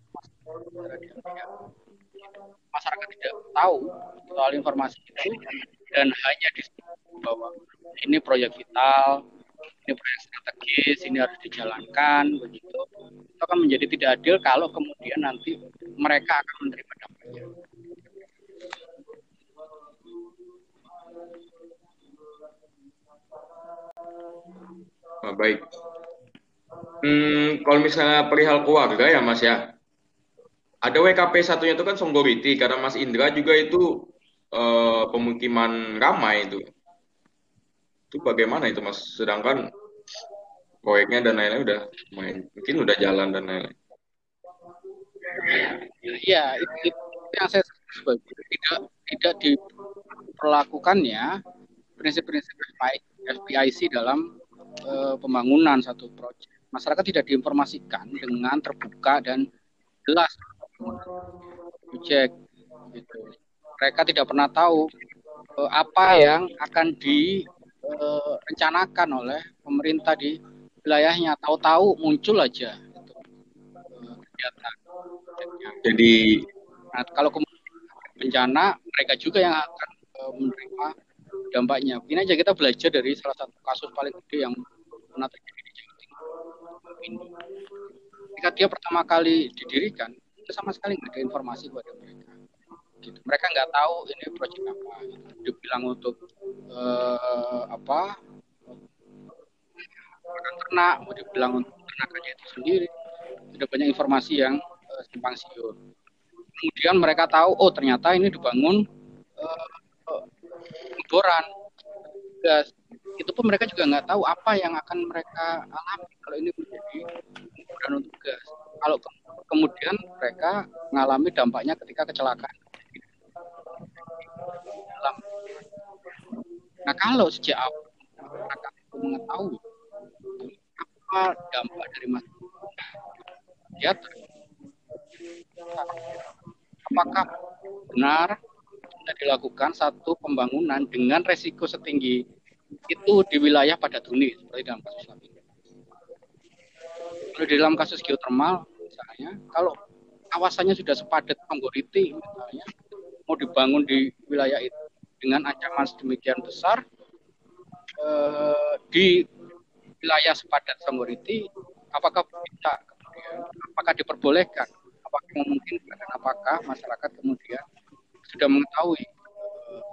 masyarakat tidak tahu soal informasi itu dan hanya disebut bahwa ini proyek vital, ini proyek strategis, ini harus dijalankan, begitu. Itu akan menjadi tidak adil kalau kemudian nanti mereka akan menerima dampaknya. Oh, baik. Hmm, kalau misalnya perihal keluarga ya Mas ya, ada W K P satunya itu kan Songgoriti, karena Mas Indra juga itu eh, pemukiman ramai itu. Itu bagaimana itu Mas? Sedangkan proyeknya dan lain-lain udah main, mungkin udah jalan dan lain-lain. Ya, itu, itu yang saya sebut tidak tidak diperlakukannya prinsip-prinsip F P I C dalam uh, pembangunan satu proyek. Masyarakat tidak diinformasikan dengan terbuka dan jelas proyek. Gitu. Mereka tidak pernah tahu uh, apa yang akan direncanakan uh, oleh pemerintah di wilayahnya. Tahu-tahu muncul aja gitu, uh, kegiatan. Jadi nah, kalau kemudian bencana, mereka juga yang akan uh, menerima dampaknya. Ini aja kita belajar dari salah satu kasus paling gede yang pernah terjadi di Jawa Timur ini. Ketika dia pertama kali didirikan, itu sama sekali nggak ada informasi kepada mereka. Gitu. Mereka nggak tahu ini proyek apa. Gitu. Dibilang untuk uh, apa? Makan ternak, mau dibilang untuk ternaknya itu sendiri. Sudah banyak informasi yang uh, simpang siur. Kemudian mereka tahu, oh ternyata ini dibangun uh, uh, boran gas. Itu pun mereka juga nggak tahu apa yang akan mereka alami kalau ini menjadi boran untuk gas. Kalau ke kemudian mereka mengalami dampaknya ketika kecelakaan. Nah kalau sejak awal masyarakat itu mengetahui apa dampak dari masyarakat, apakah benar sudah dilakukan satu pembangunan dengan resiko setinggi itu di wilayah padat huni seperti dalam kasus ini. Kalau di dalam kasus geothermal misalnya, kalau kawasannya sudah sepadat Songgoriti misalnya, mau dibangun di wilayah itu dengan ancaman sedemikian besar eh, di wilayah sepadat Songgoriti, apakah bisa kemudian, apakah diperbolehkan, apakah memungkinkan, dan apakah masyarakat kemudian sudah mengetahui uh,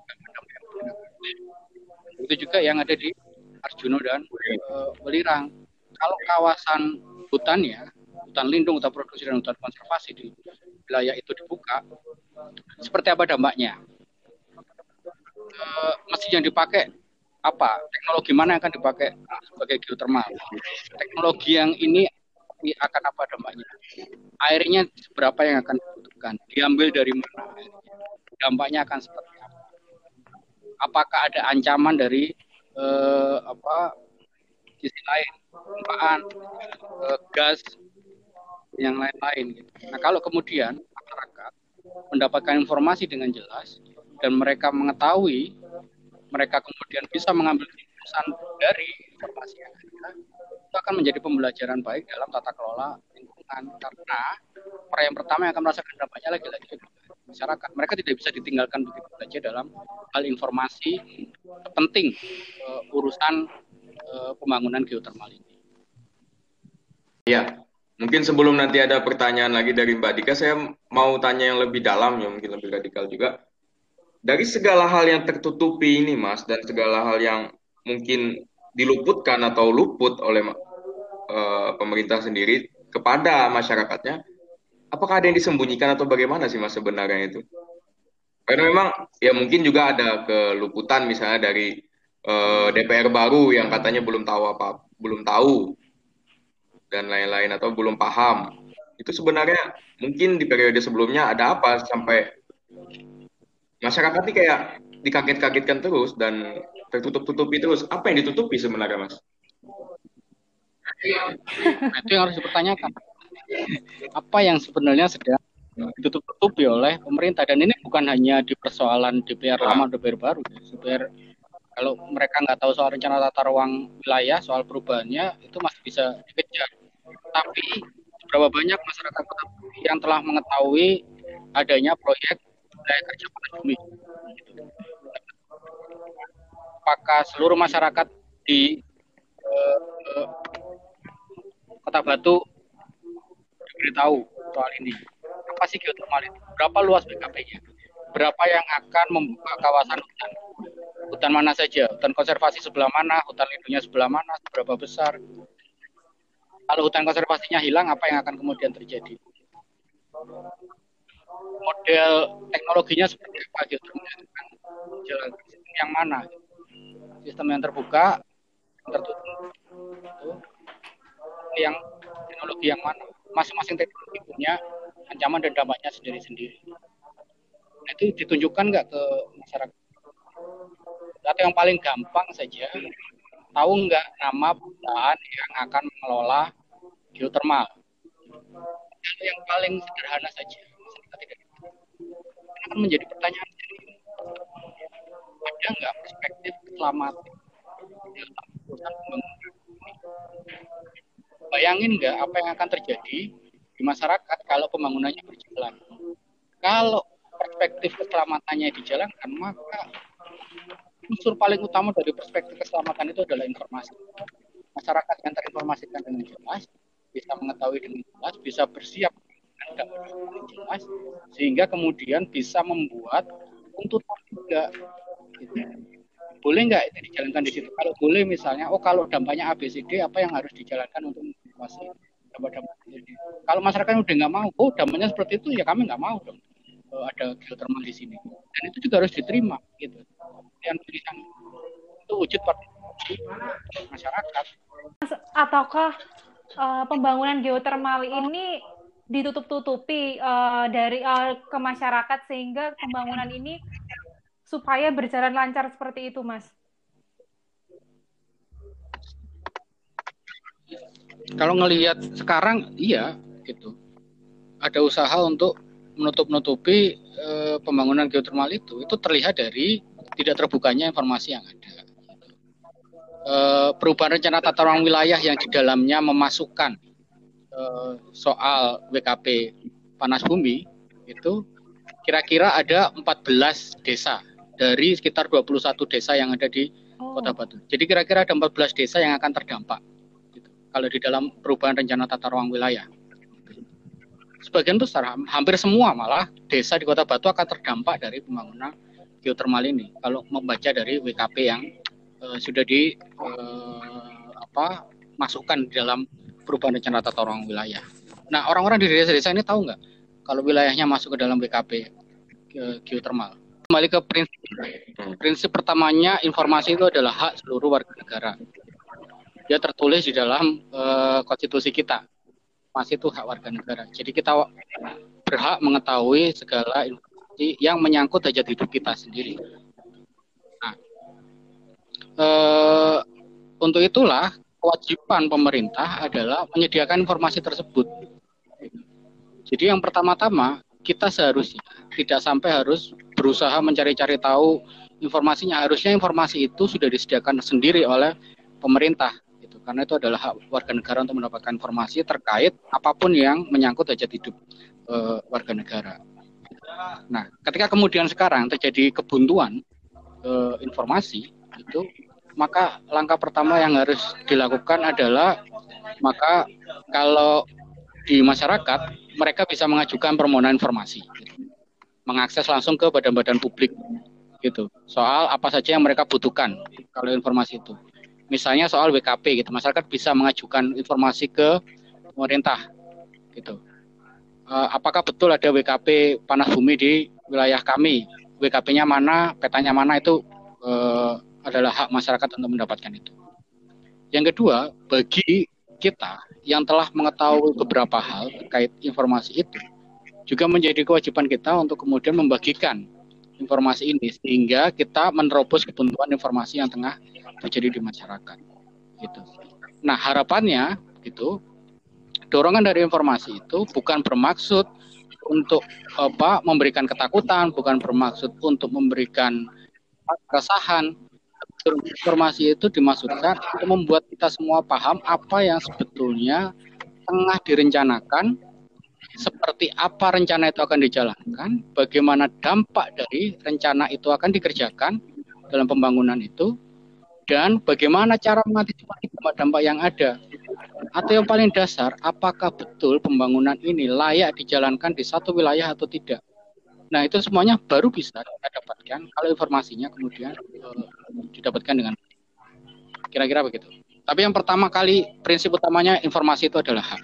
itu juga yang ada di Arjuna dan uh, Welirang. Kalau kawasan hutannya, hutan lindung, hutan produksi dan hutan konservasi di wilayah itu dibuka, seperti apa dampaknya? Uh, mesin yang dipakai apa? Teknologi mana yang akan dipakai sebagai geothermal? Teknologi yang ini akan apa dampaknya? Airnya seberapa yang akan dibutuhkan? Diambil dari mana airnya? Dampaknya akan seperti apa? Apakah ada ancaman dari eh, apa sisi lain, tumpahan eh, gas yang lain-lain? Gitu. Nah kalau kemudian masyarakat mendapatkan informasi dengan jelas dan mereka mengetahui, mereka kemudian bisa mengambil keputusan dari informasi yang ada, itu akan menjadi pembelajaran baik dalam tata kelola lingkungan, karena orang yang pertama yang akan merasakan dampaknya lagi-lagi masyarakat. Mereka tidak bisa ditinggalkan begitu saja dalam hal informasi penting uh, urusan uh, pembangunan geothermal ini. Ya, mungkin sebelum nanti ada pertanyaan lagi dari Mbak Dika, saya mau tanya yang lebih dalam, ya mungkin lebih radikal juga. Dari segala hal yang tertutupi ini, Mas, dan segala hal yang mungkin diluputkan atau luput oleh uh, pemerintah sendiri kepada masyarakatnya, apakah ada yang disembunyikan atau bagaimana sih Mas sebenarnya itu? Karena memang ya mungkin juga ada keluputan misalnya dari uh, D P R baru yang katanya belum tahu apa, belum tahu dan lain-lain atau belum paham. Itu sebenarnya mungkin di periode sebelumnya ada apa sampai masyarakat ini kayak dikaget-kagetkan terus dan tertutup-tutupi terus. Apa yang ditutupi sebenarnya, Mas? Nah, itu yang harus dipertanyakan. Apa yang sebenarnya sedang ditutup-tutupi oleh pemerintah, dan ini bukan hanya di persoalan D P R lama, D P R baru. D P R kalau mereka nggak tahu soal rencana tata ruang wilayah, soal perubahannya itu masih bisa dikejar. Tapi berapa banyak masyarakat Kota Bumi yang telah mengetahui adanya proyek wilayah kerja panas bumi? Apakah seluruh masyarakat di uh, Kota Batu diberitahu soal ini? Apa sih geothermal itu? Berapa luas B K P-nya? Berapa yang akan membuka kawasan hutan? Hutan mana saja? Hutan konservasi sebelah mana? Hutan lindungnya sebelah mana? Seberapa besar? Kalau hutan konservasinya hilang, apa yang akan kemudian terjadi? Model teknologinya seperti apa geothermal? Jalan sistem yang mana? Sistem yang terbuka, yang tertutup, yang teknologi yang mana? Masing-masing teknologi punya ancaman dan dampaknya sendiri-sendiri. Itu ditunjukkan nggak ke masyarakat? Atau yang paling gampang saja, tahu nggak nama perusahaan yang akan mengelola geothermal? Itu yang paling sederhana saja. Masyarakat tidak akan menjadi pertanyaan. Ada nggak perspektif keselamatan dalam perusahaan pembangunan? Bayangin nggak apa yang akan terjadi di masyarakat kalau pembangunannya berjalan? Kalau perspektif keselamatannya dijalankan, maka unsur paling utama dari perspektif keselamatan itu adalah informasi. Masyarakat yang terinformasikan dengan jelas, bisa mengetahui dengan jelas, bisa bersiap dengan jelas, sehingga kemudian bisa membuat tuntutan juga. Gitu. Boleh nggak itu dijalankan di situ? Kalau boleh misalnya, oh kalau dampaknya A B C D, apa yang harus dijalankan untuk mengevaluasi dampak-dampak ini? Kalau masyarakat udah nggak mau, oh dampaknya seperti itu, ya kami nggak mau dong. Ada geothermal di sini, dan itu juga harus diterima gitu. Yang pilihan itu wujud partisipasi masyarakat. Ataukah uh, pembangunan geothermal ini ditutup-tutupi uh, dari uh, ke masyarakat sehingga pembangunan ini supaya berjalan lancar seperti itu, Mas? Kalau ngelihat sekarang, iya gitu. Ada usaha untuk menutup-nutupi e, pembangunan geothermal itu, itu terlihat dari tidak terbukanya informasi yang ada. E, perubahan rencana tata ruang wilayah yang di dalamnya memasukkan e, soal W K P panas bumi itu kira-kira ada empat belas desa dari sekitar dua puluh satu desa yang ada di oh. Kota Batu. Jadi kira-kira ada empat belas desa yang akan terdampak gitu, kalau di dalam perubahan rencana tata ruang wilayah. Sebagian besar, hampir semua malah desa di Kota Batu akan terdampak dari pembangunan geothermal ini. Kalau membaca dari W K P yang uh, sudah di uh, apa masukkan di dalam perubahan rencana tata ruang wilayah. Nah, orang-orang di desa-desa ini tahu nggak kalau wilayahnya masuk ke dalam W K P uh, geothermal? Kembali ke prinsip, prinsip pertamanya, informasi itu adalah hak seluruh warga negara. Dia tertulis di dalam uh, konstitusi kita. Informasi itu hak warga negara. Jadi kita berhak mengetahui segala informasi yang menyangkut hajat hidup kita sendiri. Nah, eh, untuk itulah kewajiban pemerintah adalah menyediakan informasi tersebut. Jadi yang pertama-tama kita seharusnya tidak sampai harus berusaha mencari-cari tahu informasinya. Harusnya informasi itu sudah disediakan sendiri oleh pemerintah. Karena itu adalah hak warga negara untuk mendapatkan informasi terkait apapun yang menyangkut hajat hidup e, warga negara. Nah, ketika kemudian sekarang terjadi kebuntuan e, informasi itu, maka langkah pertama yang harus dilakukan adalah maka kalau di masyarakat mereka bisa mengajukan permohonan informasi, gitu. Mengakses langsung ke badan-badan publik gitu soal apa saja yang mereka butuhkan kalau informasi itu. Misalnya soal W K P gitu, masyarakat bisa mengajukan informasi ke pemerintah gitu. Uh, apakah betul ada W K P panas bumi di wilayah kami? W K P-nya mana, petanya mana, itu uh, adalah hak masyarakat untuk mendapatkan itu. Yang kedua, bagi kita yang telah mengetahui beberapa hal terkait informasi itu, juga menjadi kewajiban kita untuk kemudian membagikan informasi ini sehingga kita menerobos kebuntuan informasi yang tengah terjadi di masyarakat gitu. Nah, harapannya gitu, dorongan dari informasi itu bukan bermaksud untuk apa memberikan ketakutan, bukan bermaksud untuk memberikan keresahan. Informasi itu dimaksudkan untuk membuat kita semua paham apa yang sebetulnya tengah direncanakan, seperti apa rencana itu akan dijalankan, bagaimana dampak dari rencana itu akan dikerjakan dalam pembangunan itu, dan bagaimana cara mengantisipasi dampak-dampak yang ada. Atau yang paling dasar, apakah betul pembangunan ini layak dijalankan di satu wilayah atau tidak. Nah, itu semuanya baru bisa kita dapatkan kalau informasinya kemudian uh, didapatkan dengan kira-kira begitu. Tapi yang pertama kali, prinsip utamanya informasi itu adalah hak.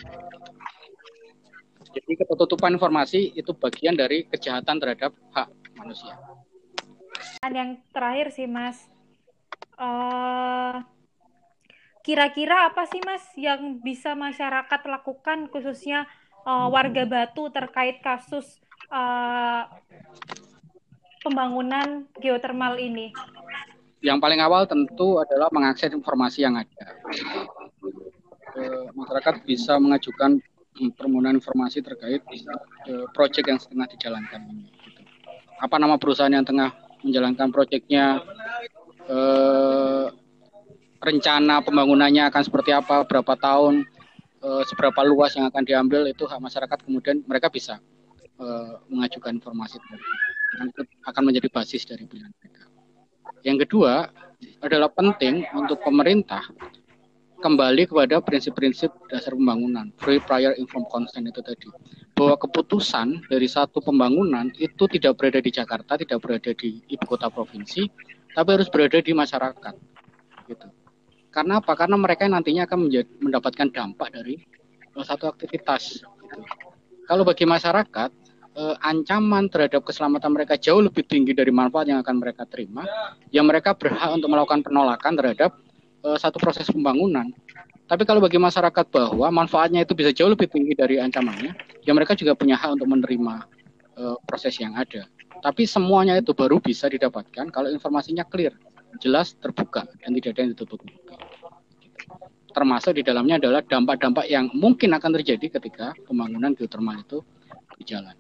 Jadi ketertutupan informasi itu bagian dari kejahatan terhadap hak manusia. Dan yang terakhir sih, Mas, uh, kira-kira apa sih, Mas, yang bisa masyarakat lakukan khususnya uh, warga Batu terkait kasus uh, pembangunan geotermal ini? Yang paling awal tentu adalah mengakses informasi yang ada. Uh, masyarakat bisa mengajukan permohonan informasi terkait uh, proyek yang setengah dijalankan ini. Gitu. Apa nama perusahaan yang tengah menjalankan proyeknya? Uh, rencana pembangunannya akan seperti apa, berapa tahun, e, seberapa luas yang akan diambil, itu hak masyarakat. Kemudian mereka bisa e, mengajukan informasi yang akan menjadi basis dari pilihan mereka. Yang kedua adalah penting untuk pemerintah kembali kepada prinsip-prinsip dasar pembangunan, free, prior, informed consent itu tadi, bahwa keputusan dari satu pembangunan itu tidak berada di Jakarta, tidak berada di ibu kota provinsi, tapi harus berada di masyarakat, gitu. Karena apa? Karena mereka nantinya akan menjadi, mendapatkan dampak dari uh, satu aktivitas. Gitu. Kalau bagi masyarakat, uh, ancaman terhadap keselamatan mereka jauh lebih tinggi dari manfaat yang akan mereka terima, yang mereka berhak untuk melakukan penolakan terhadap uh, satu proses pembangunan. Tapi kalau bagi masyarakat bahwa manfaatnya itu bisa jauh lebih tinggi dari ancamannya, ya mereka juga punya hak untuk menerima uh, proses yang ada. Tapi semuanya itu baru bisa didapatkan kalau informasinya clear, jelas, terbuka, dan tidak ada yang ditutup-tutup. Termasuk di dalamnya adalah dampak-dampak yang mungkin akan terjadi ketika pembangunan geotermal itu berjalan.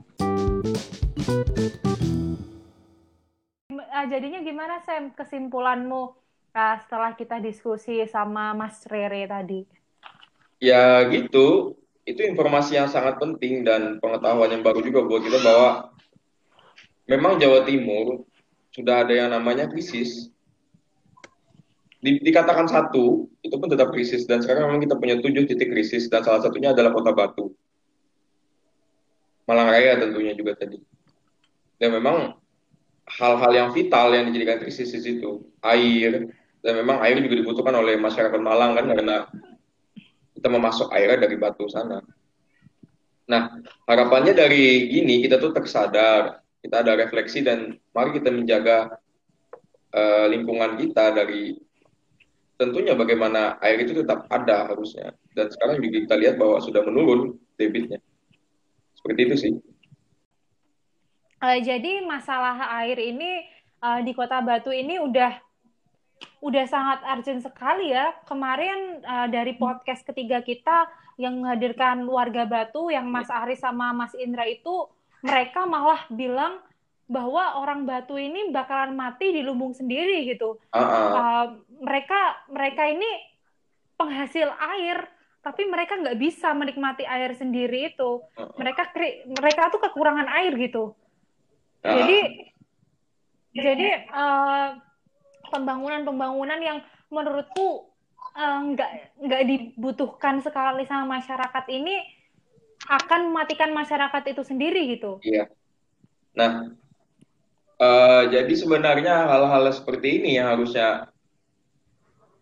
Jadinya gimana, Sam, kesimpulanmu uh, setelah kita diskusi sama Mas Rere tadi? Ya gitu, itu informasi yang sangat penting dan pengetahuan yang baru juga buat kita bahwa memang Jawa Timur sudah ada yang namanya krisis. Di, dikatakan satu, itu pun tetap krisis. Dan sekarang memang kita punya tujuh titik krisis, dan salah satunya adalah Kota Batu. Malang Raya tentunya juga tadi. Dan memang hal-hal yang vital yang dijadikan krisis di situ. Air, dan memang air juga dibutuhkan oleh masyarakat Malang kan, karena kita memasok airnya dari Batu sana. Nah, harapannya dari gini, kita tuh tersadar, kita ada refleksi, dan mari kita menjaga uh, lingkungan kita dari tentunya bagaimana air itu tetap ada harusnya. Dan sekarang juga kita lihat bahwa sudah menurun debitnya. Seperti itu sih. Uh, jadi masalah air ini uh, di Kota Batu ini udah udah sangat urgent sekali ya. Kemarin uh, dari podcast ketiga kita yang menghadirkan warga Batu, yang Mas Aris sama Mas Indra itu, mereka malah bilang bahwa orang Batu ini bakalan mati di lumbung sendiri gitu. Uh-uh. Uh, mereka mereka ini penghasil air, tapi mereka nggak bisa menikmati air sendiri itu. Uh-uh. Mereka mereka tuh kekurangan air gitu. Uh-uh. Jadi jadi uh, pembangunan-pembangunan yang menurutku uh, nggak nggak dibutuhkan sekali sama masyarakat ini akan mematikan masyarakat itu sendiri gitu. Iya. Nah. Uh, jadi sebenarnya hal-hal seperti ini yang harusnya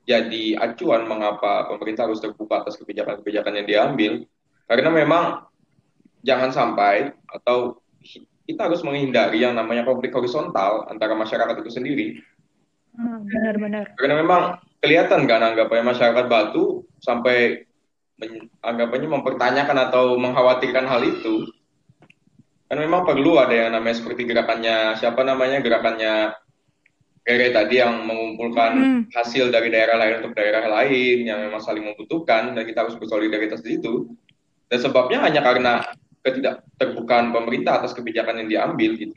jadi acuan mengapa pemerintah harus terbuka atas kebijakan-kebijakan yang diambil. Karena memang jangan sampai atau kita harus menghindari yang namanya konflik horizontal antara masyarakat itu sendiri. Hmm, benar-benar. Karena memang kelihatan kan anggapannya masyarakat Batu sampai men- anggapannya mempertanyakan atau mengkhawatirkan hal itu. Kan memang perlu ada yang namanya seperti gerakannya, siapa namanya, gerakannya Rere tadi yang mengumpulkan Hmm. hasil dari daerah lain untuk daerah lain yang memang saling membutuhkan, dan kita harus bersolidaritas di situ. Dan sebabnya hanya karena ketidakterbukaan pemerintah atas kebijakan yang diambil gitu.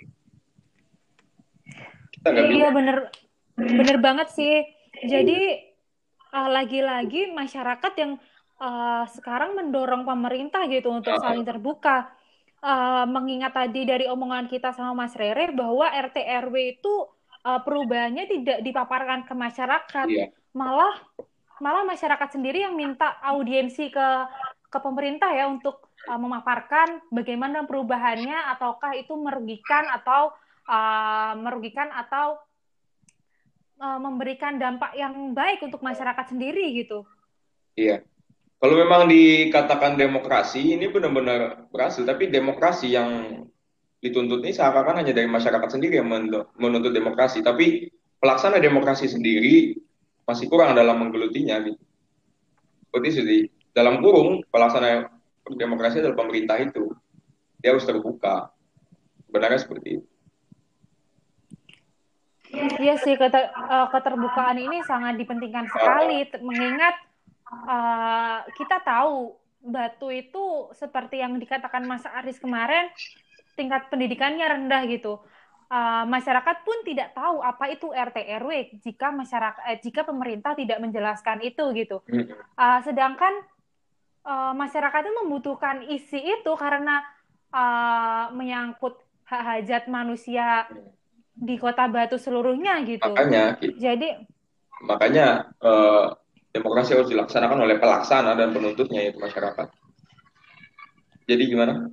Kita nggak bisa. Iya bener bener banget sih. Jadi uh, lagi-lagi masyarakat yang uh, sekarang mendorong pemerintah gitu untuk Ah, saling terbuka. Uh, mengingat tadi dari omongan kita sama Mas Rere bahwa R T R W itu uh, perubahannya tidak dipaparkan ke masyarakat, iya, malah malah masyarakat sendiri yang minta audiensi ke ke pemerintah ya untuk uh, memaparkan bagaimana perubahannya, ataukah itu merugikan atau uh, merugikan atau uh, memberikan dampak yang baik untuk masyarakat sendiri gitu. iya. Kalau memang dikatakan demokrasi, ini benar-benar berhasil. Tapi demokrasi yang dituntut ini seakan-akan hanya dari masyarakat sendiri yang men- menuntut demokrasi. Tapi pelaksana demokrasi sendiri masih kurang dalam menggelutinya. Gitu. Seperti itu sih. Dalam kurung, pelaksana demokrasi adalah pemerintah itu. Dia harus terbuka. Sebenarnya seperti itu. Iya sih, keter- uh, keterbukaan ini sangat dipentingkan sekali, t- mengingat uh, kita tahu Batu itu seperti yang dikatakan Mas Aris kemarin, tingkat pendidikannya rendah gitu. Uh, masyarakat pun tidak tahu apa itu R T R W jika masyarakat eh, jika pemerintah tidak menjelaskan itu gitu. Hmm. Uh, sedangkan uh, masyarakat itu membutuhkan isi itu karena uh, menyangkut hak hajat manusia di Kota Batu seluruhnya gitu. Makanya, gitu. Jadi Makanya eh, demokrasi harus dilaksanakan oleh pelaksana dan penuntutnya, yaitu masyarakat. Jadi gimana?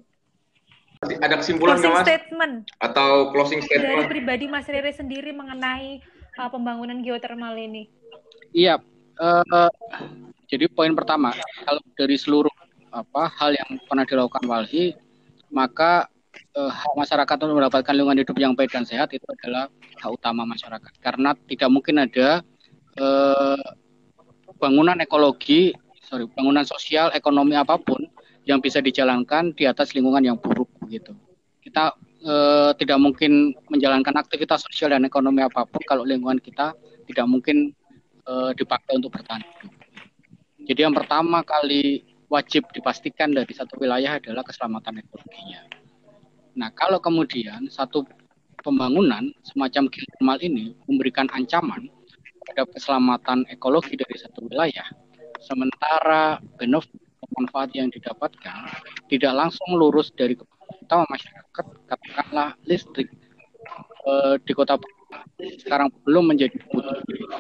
Ada kesimpulan nggak, closing Mas? statement Atau closing dari statement? pribadi Mas Rere sendiri mengenai uh, pembangunan geothermal ini. Iya, eh, jadi poin pertama, kalau dari seluruh apa hal yang pernah dilakukan Walhi, maka eh, hak masyarakat untuk mendapatkan lingkungan hidup yang baik dan sehat itu adalah hak utama masyarakat. Karena tidak mungkin ada eh, bangunan ekologi, sorry, bangunan sosial, ekonomi apapun yang bisa dijalankan di atas lingkungan yang buruk begitu. Kita eh, tidak mungkin menjalankan aktivitas sosial dan ekonomi apapun kalau lingkungan kita tidak mungkin eh, dipakai untuk bertahan hidup. Jadi yang pertama kali wajib dipastikan dari satu wilayah adalah keselamatan ekologinya. Nah, kalau kemudian satu pembangunan semacam geothermal ini memberikan ancaman terhadap keselamatan ekologi dari satu wilayah, sementara benefit manfaat yang didapatkan tidak langsung lurus dari utama masyarakat, katakanlah listrik eh, di kota sekarang belum menjadi kebutuhan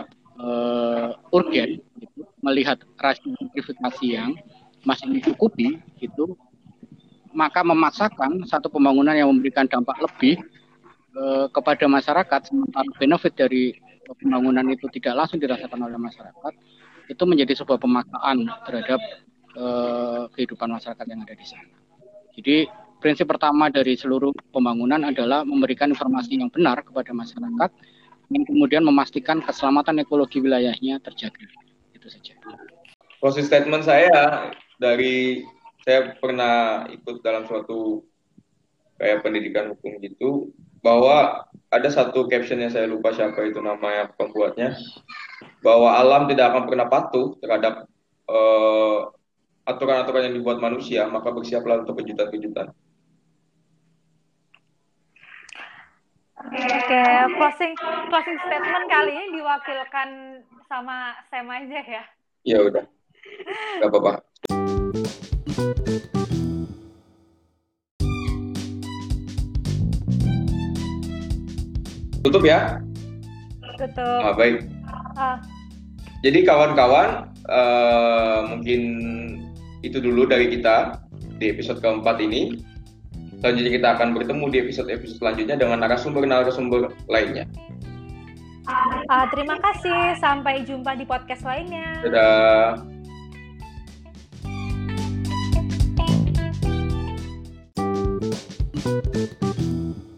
eh, urgen, gitu, melihat rasio elektrifikasi yang masih mencukupi, gitu, maka memaksakan satu pembangunan yang memberikan dampak lebih eh, kepada masyarakat, sementara benefit dari pembangunan itu tidak langsung dirasakan oleh masyarakat, itu menjadi sebuah pemaksaan terhadap eh, kehidupan masyarakat yang ada di sana. Jadi prinsip pertama dari seluruh pembangunan adalah memberikan informasi yang benar kepada masyarakat dan kemudian memastikan keselamatan ekologi wilayahnya terjaga. Itu saja. Closing statement saya dari saya pernah ikut dalam suatu kayak pendidikan hukum gitu, bahwa ada satu caption yang saya lupa siapa itu namanya pembuatnya, bahwa alam tidak akan pernah patuh terhadap eh, aturan-aturan yang dibuat manusia, maka bersiaplah untuk kejutan-kejutan. Oke, closing closing statement kali ini diwakilkan sama Sam aja ya. Ya udah, nggak apa-apa. Tutup ya. Tutup. Ah, baik. Ah, Jadi kawan-kawan, eh, mungkin itu dulu dari kita di episode keempat ini. Selanjutnya kita akan bertemu di episode-episode selanjutnya dengan narasumber-narasumber lainnya. Uh, terima kasih, sampai jumpa di podcast lainnya. Dadah.